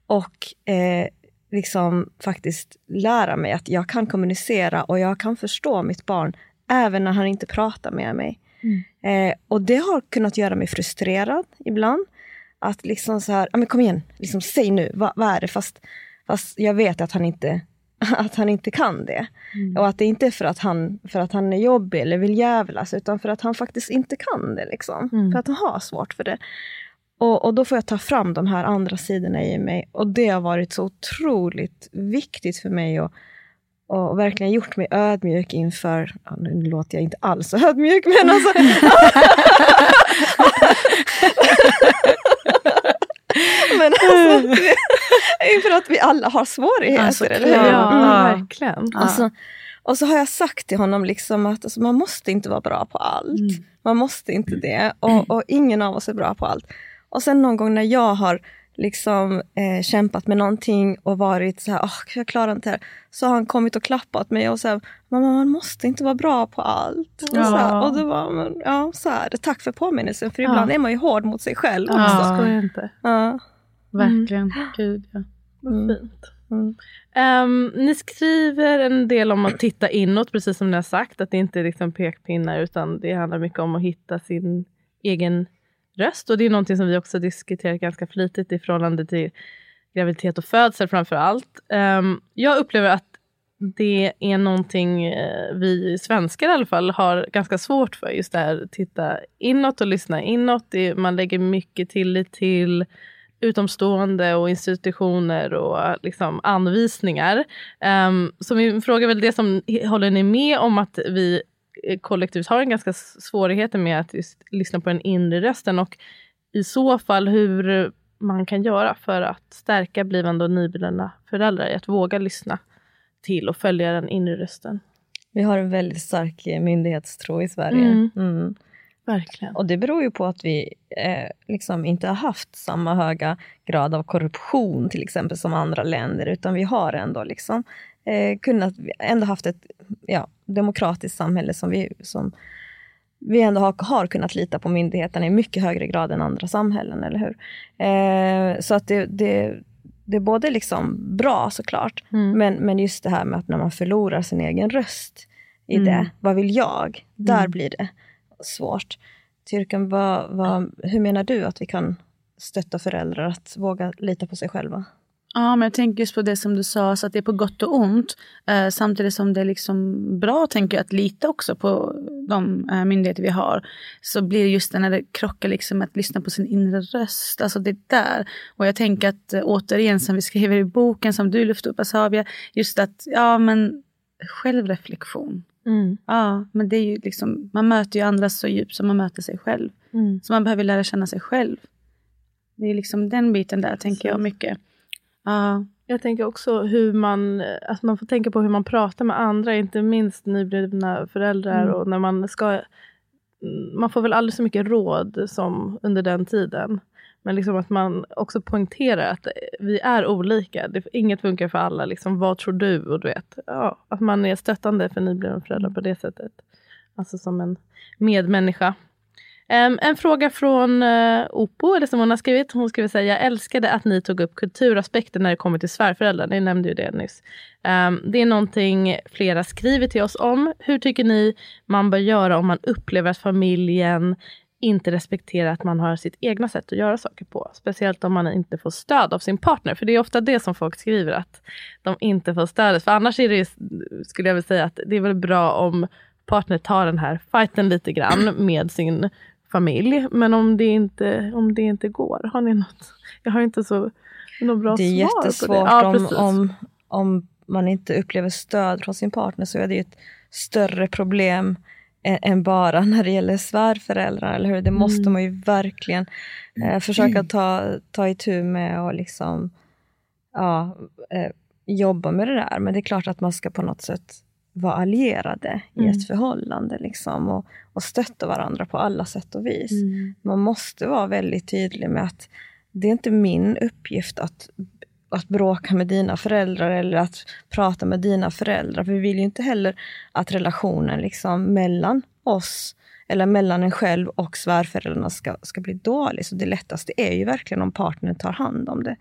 Och eh, liksom faktiskt lära mig att jag kan kommunicera och jag kan förstå mitt barn även när han inte pratar med mig. Mm. Eh, och det har kunnat göra mig frustrerad ibland. Att liksom så här, ja men kom igen, liksom säg nu, vad, vad är det? Fast, fast jag vet att han inte, att han inte kan det. Mm. Och att det inte är för att han, för att han är jobbig eller vill jävlas, utan för att han faktiskt inte kan det liksom. Mm. För att han har svårt för det. Och, och då får jag ta fram de här andra sidorna i mig. Och det har varit så otroligt viktigt för mig. Och, och verkligen gjort mig ödmjuk inför... Ja, nu låter jag inte alls så ödmjuk, men alltså... men alltså... inför att vi alla har svårigheter. Alltså, eller hur? Ja, mm. verkligen. Alltså, och så har jag sagt till honom liksom att alltså, man måste inte vara bra på allt. Mm. Man måste inte det. Och, och ingen av oss är bra på allt. Och sen någon gång när jag har liksom eh, kämpat med någonting och varit så här, åh, jag klarar inte det här. Så har han kommit och klappat mig och så här, mamma, man måste inte vara bra på allt. Ja. Och, så här, och det var, men, ja, så här, tack för påminnelsen. För ibland ja. är man ju hård mot sig själv också. Ja, ska jag inte. Ja. Verkligen, mm. gud ja. Vad mm. fint. Mm. Um, ni skriver en del om att titta inåt, precis som ni har sagt. Att det inte är liksom pekpinnar, utan det handlar mycket om att hitta sin egen röst. Och det är någonting som vi också diskuterar ganska flitigt i förhållande till graviditet och födsel framför allt. Um, jag upplever att det är någonting vi svenskar i alla fall har ganska svårt för. Just det här, titta inåt och lyssna inåt. Det, man lägger mycket tillit till utomstående och institutioner och liksom anvisningar. Um, så min fråga är väl det som, håller ni med om att vi kollektivt har en ganska svårigheter med att just lyssna på den inre rösten, och i så fall hur man kan göra för att stärka blivande och nyblivna föräldrar i att våga lyssna till och följa den inre rösten? Vi har en väldigt stark myndighetstro i Sverige. Mm. Mm. Verkligen. Och det beror ju på att vi eh, liksom inte har haft samma höga grad av korruption till exempel som andra länder, utan vi har ändå liksom eh, kunnat, ändå haft ett ja, demokratiskt samhälle som vi, som vi ändå har, har kunnat lita på myndigheterna i mycket högre grad än andra samhällen, eller hur? Eh, så att det, det, det är både liksom bra såklart, mm. men, men just det här med att när man förlorar sin egen röst i mm. det, vad vill jag? Där mm. blir det svårt. Tyrkan, vad, vad, hur menar du att vi kan stötta föräldrar att våga lita på sig själva? Ja, men jag tänker just på det som du sa, så att det är på gott och ont. Eh, samtidigt som det är liksom bra, tänker jag, att lita också på de eh, myndigheter vi har. Så blir det just det när det krockar liksom att lyssna på sin inre röst. Alltså det där. Och jag tänker att eh, återigen som vi skriver i boken, som du lyfter upp, Asabia, just att, ja men självreflektion. Mm. Ja, men det är ju liksom, man möter ju andra så djupt som man möter sig själv. Mm. Så man behöver lära känna sig själv. Det är liksom den biten där, tänker jag mycket. Ja. Jag tänker också hur man, att man får tänka på hur man pratar med andra, inte minst nyblivna föräldrar. Mm. Och när man ska, man får väl aldrig så mycket råd som under den tiden. Men liksom att man också poängterar att vi är olika. Det, inget funkar för alla. Liksom, vad tror du? Och du vet, ja, att man är stöttande för nyblivna föräldrar på det sättet. Alltså som en medmänniska. Um, en fråga från uh, Opo, eller som hon har skrivit. Hon skriver säga, jag älskade att ni tog upp kulturaspekten när det kommer till svärföräldrar. Ni nämnde ju det nyss. Um, det är någonting flera skriver till oss om. Hur tycker ni man bör göra om man upplever att familjen inte respekterar att man har sitt egna sätt att göra saker på? Speciellt om man inte får stöd av sin partner. För det är ofta det som folk skriver, att de inte får stöd. För annars är det, skulle jag vilja säga, att det är väl bra om partner tar den här fighten lite grann med sin familj. Men om det inte, om det inte går, har ni något? Jag har inte så något bra svar på det. Det är jättesvårt ja, om, om, om man inte upplever stöd från sin partner, så är det ju ett större problem än bara när det gäller svärföräldrar, eller hur? Det måste mm. man ju verkligen eh, försöka ta, ta itu med och liksom ja, eh, jobba med det där. Men det är klart att man ska på något sätt vara allierade i mm. ett förhållande liksom, och, och stötta varandra på alla sätt och vis. Mm. Man måste vara väldigt tydlig med att det är inte min uppgift att att bråka med dina föräldrar eller att prata med dina föräldrar. För vi vill ju inte heller att relationen liksom mellan oss eller mellan en själv och svärföräldrarna ska, ska bli dålig. Så det lättaste är ju verkligen om partnern tar hand om det.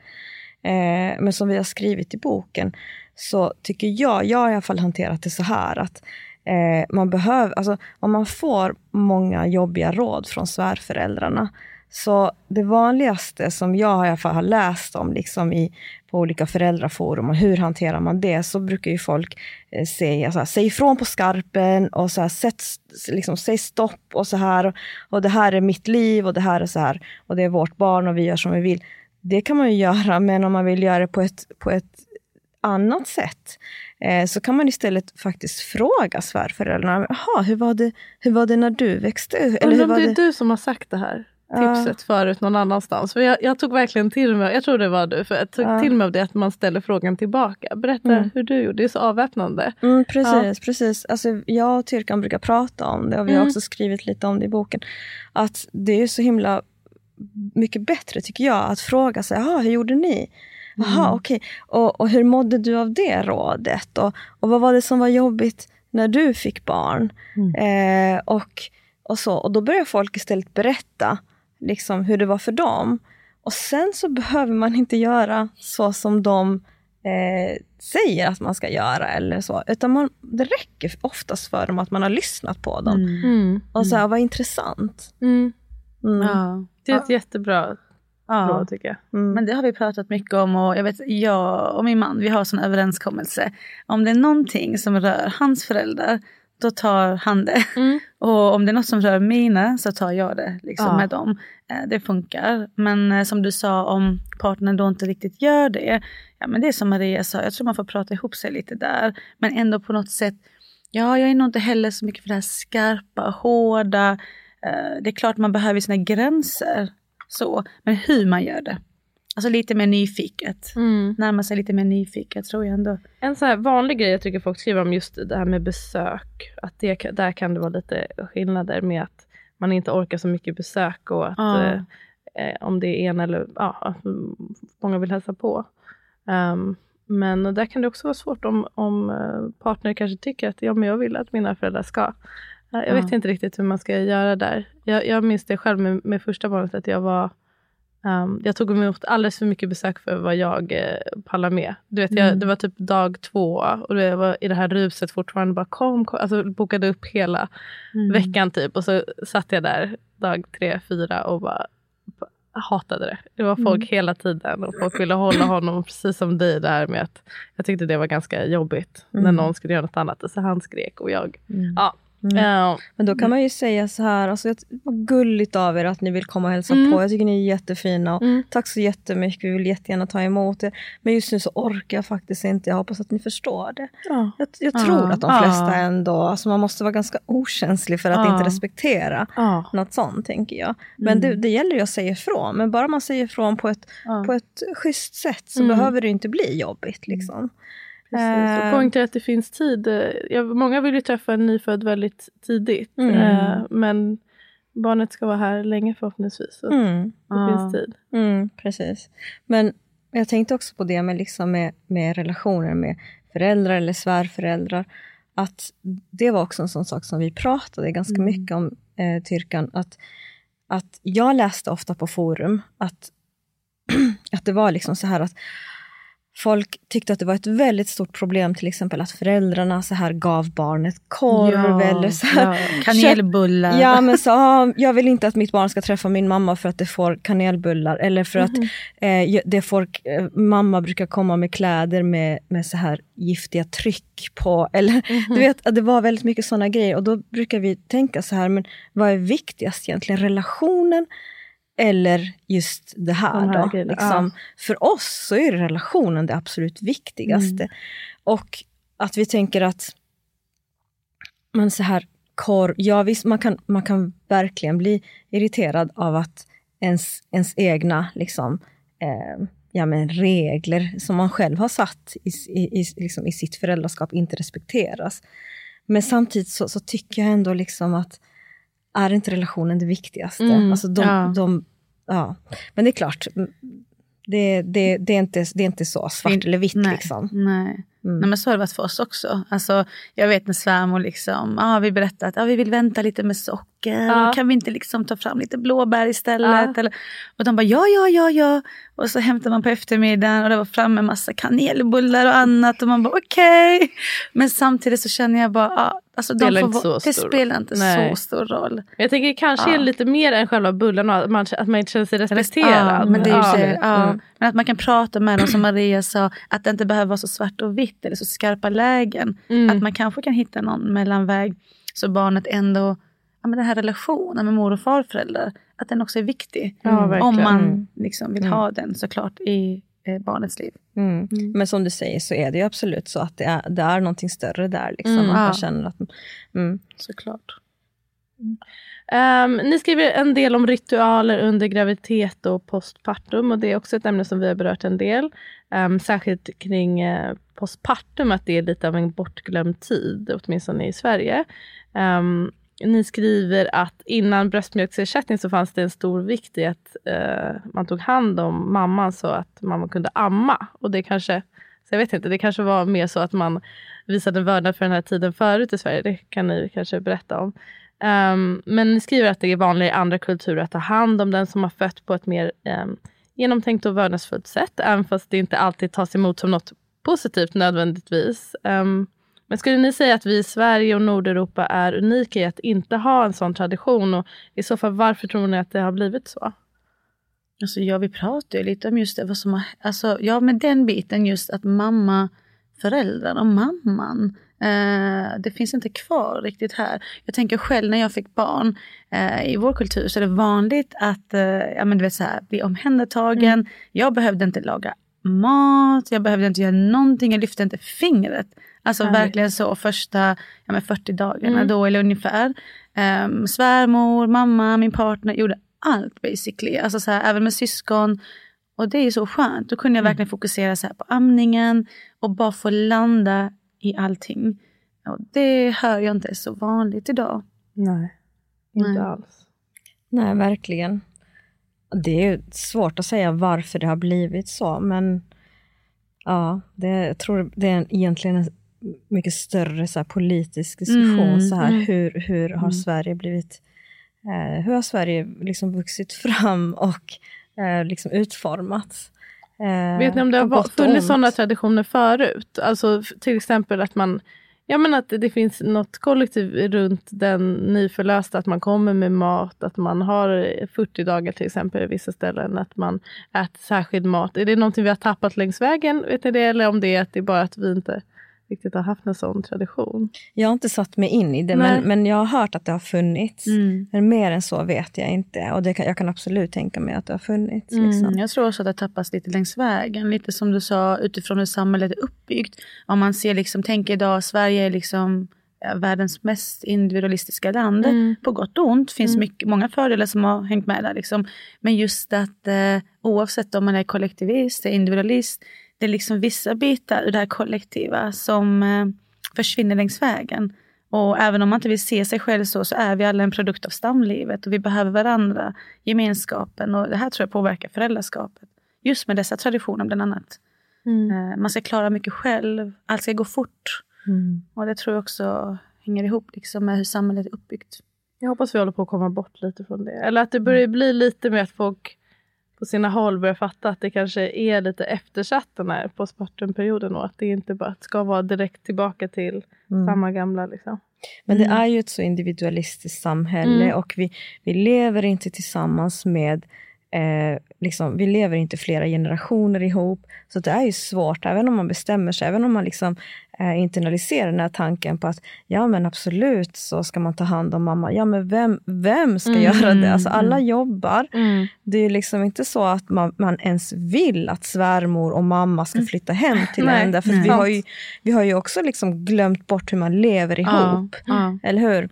Eh, men som vi har skrivit i boken, så tycker jag, jag har i alla fall hanterat det så här att eh, man behöver, alltså om man får många jobbiga råd från svärföräldrarna, så det vanligaste som jag i alla fall har läst om liksom i, på olika föräldraforum och hur hanterar man det, så brukar ju folk eh, säga så här, säg ifrån på skarpen och så här, sätt, liksom, säg stopp och så här, och det här är mitt liv och det här är så här och det är vårt barn och vi gör som vi vill. Det kan man ju göra, men om man vill göra det på ett, på ett annat sätt eh, så kan man istället faktiskt fråga svärföräldrarna, jaha, hur var det, hur var det när du växte? Eller hur om var det är det? du som har sagt det här tipset ja. förut någon annanstans. För jag, jag tog verkligen till mig, jag tror det var du, för jag tog ja. till mig av det att man ställer frågan tillbaka. Berätta mm. hur du gjorde, det är så avväpnande. Mm, precis, ja. precis. Alltså, jag och Tyrkan brukar prata om det och vi mm. har också skrivit lite om det i boken. Att det är så himla mycket bättre tycker jag att fråga sig, jaha, hur gjorde ni? Jaha, mm. okej. Okay. Och, och hur mådde du av det rådet? Och, och vad var det som var jobbigt när du fick barn? Mm. Eh, och, och så. Och då börjar folk istället berätta liksom hur det var för dem. Och sen så behöver man inte göra så som de eh, säger att man ska göra eller så. Utan man, det räcker oftast för dem att man har lyssnat på dem. Mm. Mm. Och så här, vad intressant. Mm. Mm. Ja, det är ett ja. jättebra Ja. Då, tycker jag. Mm. Men det har vi pratat mycket om och jag vet, jag och min man, vi har sån överenskommelse. Om det är någonting som rör hans föräldrar, då tar han det. Mm. Och om det är något som rör mina, så tar jag det liksom, ja. med dem. Det funkar. Men som du sa, om partnern då inte riktigt gör det. Ja, men det är som Maria sa, jag tror man får prata ihop sig lite där. Men ändå på något sätt, ja, jag är nog inte heller så mycket för det här skarpa, hårda. Det är klart man behöver sina gränser. Så, men hur man gör det. Alltså lite mer nyfiket. Mm. Närma sig lite mer nyfiket, tror jag ändå. En så här vanlig grej jag tycker folk skriver om just det här med besök. Att det, där kan det vara lite skillnader med att man inte orkar så mycket besök. Och att ah. eh, om det är en eller ja, många vill hälsa på. Um, men där kan det också vara svårt om, om partner kanske tycker att ja, men jag vill att mina föräldrar ska. Jag vet ja. inte riktigt hur man ska göra där. Jag, jag minns det själv med, med första barnet att jag var... Um, jag tog emot alldeles för mycket besök för vad jag eh, pallade med. Du vet, jag, mm. det var typ dag två och jag var i det här ruset fortfarande bara kom, kom alltså bokade upp hela mm. veckan typ. Och så satt jag där dag tre, fyra och bara hatade det. Det var folk mm. hela tiden och folk ville hålla honom precis som dig där med att jag tyckte det var ganska jobbigt mm. när någon skulle göra något annat. Och så han skrek och jag, mm. ja. Mm. Uh, Men då kan man ju säga så här, alltså, vad gulligt av er att ni vill komma och hälsa mm. på. Jag tycker ni är jättefina och mm. tack så jättemycket, vi vill jättegärna ta emot er. Men just nu så orkar jag faktiskt inte. Jag hoppas att ni förstår det. uh. Jag, jag uh. tror att de flesta uh. ändå, alltså man måste vara ganska okänslig för att uh. inte respektera uh. något sånt, tänker jag. Men mm. det, det gäller ju att säga ifrån. Men bara man säger ifrån på ett, uh. på ett schysst sätt så mm. behöver det inte bli jobbigt liksom. Precis, och poängtera att det finns tid. Jag, många vill ju träffa en nyfödd väldigt tidigt. Mm. Eh, men barnet ska vara här länge förhoppningsvis. Så mm. det ja. finns tid. Mm, precis. Men jag tänkte också på det med, liksom med, med relationer med föräldrar eller svärföräldrar. Att det var också en sån sak som vi pratade ganska mm. mycket om, eh, Tyrkan. Att, att jag läste ofta på forum att, att det var liksom så här att folk tyckte att det var ett väldigt stort problem, till exempel att föräldrarna så här gav barnet korv ja, eller så här, ja, kanelbullar. Ja, men så ah, jag vill inte att mitt barn ska träffa min mamma för att det får kanelbullar eller för mm. att eh, det får eh, mamma brukar komma med kläder med med så här giftiga tryck på eller mm. du vet att det var väldigt mycket såna grejer och då brukar vi tänka så här, men vad är viktigast egentligen, relationen eller just det här, De här då. Liksom. Ja. För oss så är relationen det absolut viktigaste. Mm. Och att vi tänker att man så här korv, ja visst, man kan, man kan verkligen bli irriterad av att ens, ens egna liksom, eh, ja, men regler som man själv har satt i, i, liksom, i sitt föräldraskap inte respekteras. Men samtidigt så, så tycker jag ändå liksom att är inte relationen det viktigaste? Mm, alltså de, ja. De, ja. Men det är klart, det, det, det, är, inte, det är inte så svart In, eller vitt nej, liksom. Nej. Mm. Nej, men så har det varit för oss också. Alltså, jag vet när svärmor liksom, ah, vi berättat att ah, vi vill vänta lite med socker. Ja. Kan vi inte liksom ta fram lite blåbär istället? Ja. Eller, och de bara, ja, ja, ja, ja. Och så hämtar man på eftermiddagen och det var framme en massa kanelbullar och annat. Och man bara, okej. Okay. Men samtidigt så känner jag bara, ah, alltså, de spelar får, inte så det stor spelar inte Nej. så stor roll. Jag tänker kanske ja. lite mer än själva bullarna. Att man, att man inte känner sig respekterad. Ja, men, det är ju så, ja. ja. Mm. Men att man kan prata med dem som Maria sa. Att det inte behöver vara så svart och vitt. Eller så skarpa lägen. Mm. Att man kanske kan hitta någon mellanväg. Så barnet ändå, ja, men den här relationen med mor- och farföräldrar. Att den också är viktig. Ja, om man liksom vill mm. ha den såklart i eh, barnets liv. Mm. Mm. Men som du säger så är det ju absolut så att det är, det är någonting större där. Liksom. Mm. Att man känner att, mm. såklart. Mm. Um, ni skriver en del om ritualer under graviditet och postpartum. Och det är också ett ämne som vi har berört en del. Um, särskilt kring uh, postpartum. Att det är lite av en bortglömd tid. Åtminstone i Sverige. Um, Ni skriver att innan bröstmjölksersättning så fanns det en stor vikt i att uh, man tog hand om mamman så att mamma kunde amma. Och det kanske, så jag vet inte, det kanske var mer så att man visade vördnad för den här tiden förut i Sverige. Det kan ni kanske berätta om. Um, men ni skriver att det är vanligt i andra kulturer att ta hand om den som har fött på ett mer um, genomtänkt och vördnadsfullt sätt. Även fast det inte alltid tas emot som något positivt nödvändigtvis. Um, Men skulle ni säga att vi i Sverige och Nordeuropa är unika i att inte ha en sån tradition? Och i så fall, varför tror ni att det har blivit så? Alltså ja, vi pratar ju lite om just det. Vad som har, alltså, ja, med den biten just att mamma, föräldrarna och mamman, eh, det finns inte kvar riktigt här. Jag tänker själv när jag fick barn, eh, i vår kultur så är det vanligt att eh, ja, men du vet, så här, bli omhändertagen. Mm. Jag behövde inte laga mat, jag behövde inte göra någonting, jag lyfte inte fingret. Alltså mm. verkligen så första ja, men fyrtio dagarna mm. då eller ungefär. Um, svärmor, mamma, min partner gjorde allt basically. Alltså så här, även med syskon. Och det är så skönt. Då kunde jag mm. verkligen fokusera så här på amningen och bara få landa i allting. Och det hör jag inte är så vanligt idag. Nej, inte Nej. alls. Nej, verkligen. Det är ju svårt att säga varför det har blivit så, men ja, det, jag tror det är egentligen en mycket större så här, politisk diskussion. Mm, så här, mm. hur, hur har mm. Sverige blivit, eh, hur har Sverige liksom vuxit fram och eh, liksom utformats? Eh, Vet ni om det har funnits sådana traditioner förut? Alltså till exempel att man Ja, men att det finns något kollektiv runt den nyförlösta, att man kommer med mat, att man har fyrtio dagar till exempel i vissa ställen, att man äter särskild mat. Är det någonting vi har tappat längs vägen, vet ni det? Eller om det är att det är bara att vi inte riktigt har haft en sån tradition? Jag har inte satt mig in i det, men, men jag har hört att det har funnits. Mm. Men mer än så vet jag inte. Och det kan, jag kan absolut tänka mig att det har funnits. Mm. Liksom. Jag tror också att det tappas lite längs vägen. Lite som du sa, utifrån hur samhället är uppbyggt. Om man ser, liksom, tänker idag, Sverige är liksom ja, världens mest individualistiska land. Mm. På gott och ont. Det finns mm. mycket, många fördelar som har hängt med där. Liksom. Men just att eh, oavsett om man är kollektivist eller individualist, det är liksom vissa bitar ur det här kollektiva som eh, försvinner längs vägen. Och även om man inte vill se sig själv så, så är vi alla en produkt av stamlivet. Och vi behöver varandra, gemenskapen. Och det här tror jag påverkar föräldraskapet. Just med dessa traditioner bland annat. Mm. Eh, man ska klara mycket själv. Allt ska gå fort. Mm. Och det tror jag också hänger ihop liksom, med hur samhället är uppbyggt. Jag hoppas vi håller på att komma bort lite från det. Eller att det börjar bli lite med att folk på sina håll börjar fatta att det kanske är lite eftersatt den här postpartumperioden och att det inte bara ska vara direkt tillbaka till mm. samma gamla liksom. Men mm. det är ju ett så individualistiskt samhälle mm. och vi, vi lever inte tillsammans med eh, liksom, vi lever inte flera generationer ihop, så det är ju svårt även om man bestämmer sig, även om man liksom eh, internaliserar den här tanken på att ja men absolut så ska man ta hand om mamma, ja men vem, vem ska mm. göra det, alltså alla mm. jobbar mm. det är ju liksom inte så att man, man ens vill att svärmor och mamma ska flytta hem till nej, en, därför vi har, ju, vi har ju också liksom glömt bort hur man lever ihop, ja, ja. Eller hur?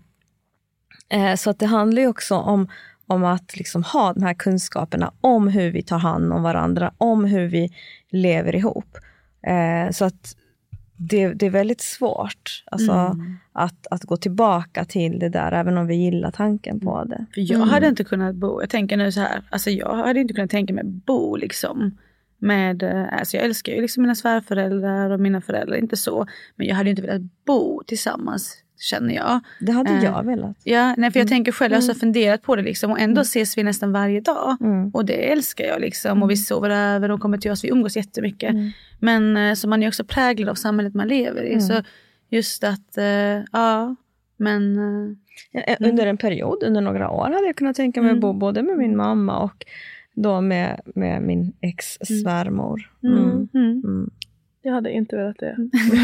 Eh, så att det handlar ju också om om att liksom ha de här kunskaperna om hur vi tar hand om varandra, om hur vi lever ihop. Eh, så att det, det är väldigt svårt alltså, mm. att, att gå tillbaka till det där, även om vi gillar tanken på det. För jag mm. hade inte kunnat bo, jag tänker nu så här, alltså jag hade inte kunnat tänka mig bo liksom med, alltså jag älskar ju liksom mina svärföräldrar och mina föräldrar, inte så, men jag hade inte velat bo tillsammans, känner jag. Det hade uh, jag velat. Ja, nej, för jag mm. tänker själv, jag har så funderat på det liksom, och ändå mm. ses vi nästan varje dag. Mm. Och det älskar jag liksom. Mm. Och vi sover över och kommer till oss, vi umgås jättemycket. Mm. Men uh, så man är också präglad av samhället man lever i. Mm. Så just att, uh, ja, men... Uh, ja, under en period, under några år hade jag kunnat tänka mig mm. att bo både med min mamma och då med, med min ex-svärmor. Mm. Mm. Mm. Mm. Jag hade inte velat det.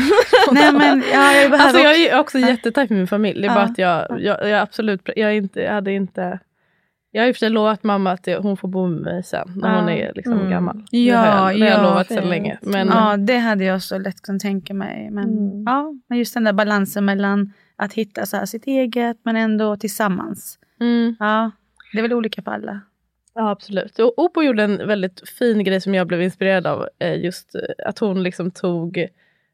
Nej, men ja, jag, alltså, jag är också jättetajt med min familj. Det är ja. bara att jag, jag, jag absolut, jag, inte, jag hade inte... Jag har ju för sig lovat mamma att hon får bo med mig sen. När ja. hon är liksom mm. gammal. Ja, det har jag, det ja, har jag lovat så länge. Men, ja, det hade jag så lätt kunnat tänka mig. Men, mm. ja, men just den där balansen mellan att hitta så här sitt eget, men ändå tillsammans. Mm. Ja, det är väl olika för alla. Ja, absolut. Och Opo gjorde en väldigt fin grej som jag blev inspirerad av. Just att hon liksom tog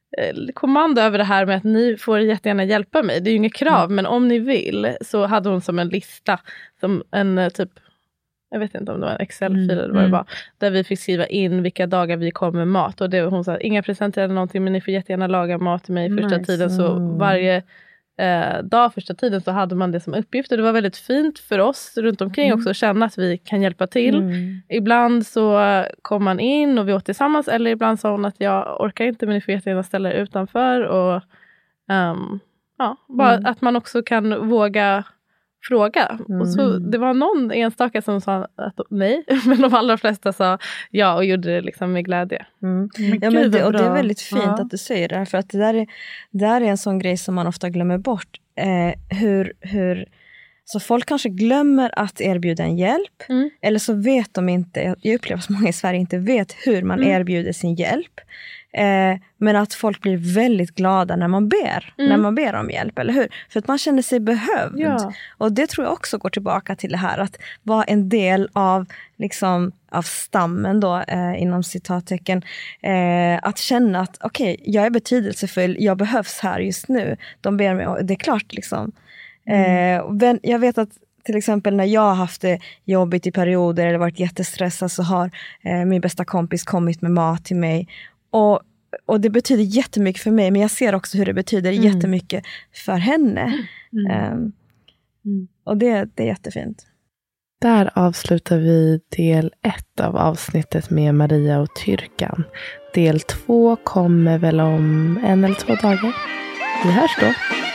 kommando över det här med att ni får jättegärna hjälpa mig. Det är ju inget krav, mm. men om ni vill så hade hon som en lista, som en typ, jag vet inte om det var en Excel-fil mm. eller vad det var, där vi fick skriva in vilka dagar vi kom med mat. Och det, hon sa, inga presenter eller någonting, men ni får jättegärna laga mat till mig i första nice. tiden. Så varje Eh, dag första tiden så hade man det som uppgift, och det var väldigt fint för oss runt omkring mm. också att känna att vi kan hjälpa till. Mm. Ibland så kom man in och vi åt tillsammans, eller ibland sa hon att jag orkar inte, men ni får jättegärna ställa er utanför, och um, ja, bara mm. att man också kan våga fråga. Mm. Och så, det var någon enstaka som sa att nej, men de allra flesta sa ja och gjorde det liksom med glädje. Mm. Men Ja, men gud, det, vad och det är bra. väldigt fint Ja. att du säger det här, för att det där är, det där är en sån grej som man ofta glömmer bort. Eh, hur, hur, så folk kanske glömmer att erbjuda en hjälp, Mm. eller så vet de inte, jag upplever att många i Sverige inte vet hur man Mm. erbjuder sin hjälp. Eh, men att folk blir väldigt glada när man ber, Mm. när man ber om hjälp, eller hur? För att man känner sig behövd. Ja. Och det tror jag också går tillbaka till det här att vara en del av, liksom, av stammen då, eh, inom citattecken. Eh, att känna att okej, okay, jag är betydelsefull, jag behövs här just nu. De ber mig, och det är klart liksom. Eh, men jag vet att till exempel när jag har haft det jobbigt i perioder eller varit jättestressad, så har eh, min bästa kompis kommit med mat till mig. Och, och det betyder jättemycket för mig, men jag ser också hur det betyder Mm. jättemycket för henne. Mm. Um, Mm. och det, det är jättefint. Där avslutar vi del ett av avsnittet med Maria och Tyrkan. Del två kommer väl om en eller två dagar. Vi hörs då.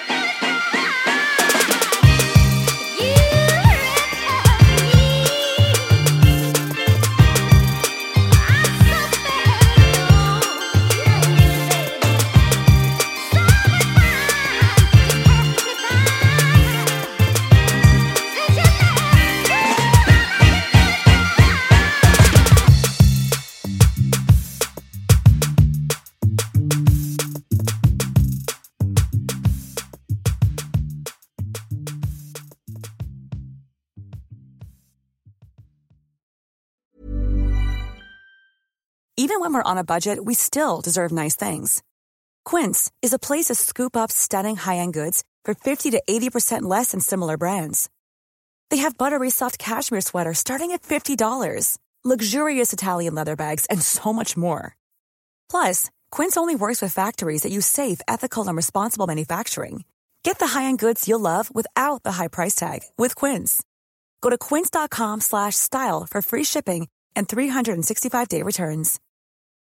Even when we're on a budget, we still deserve nice things. Quince is a place to scoop up stunning high-end goods for fifty to eighty percent less than similar brands. They have buttery soft cashmere sweaters starting at fifty dollars, luxurious Italian leather bags, and so much more. Plus, Quince only works with factories that use safe, ethical, and responsible manufacturing. Get the high-end goods you'll love without the high price tag with Quince. Go to quince dot com slash style for free shipping and three hundred sixty-five day returns.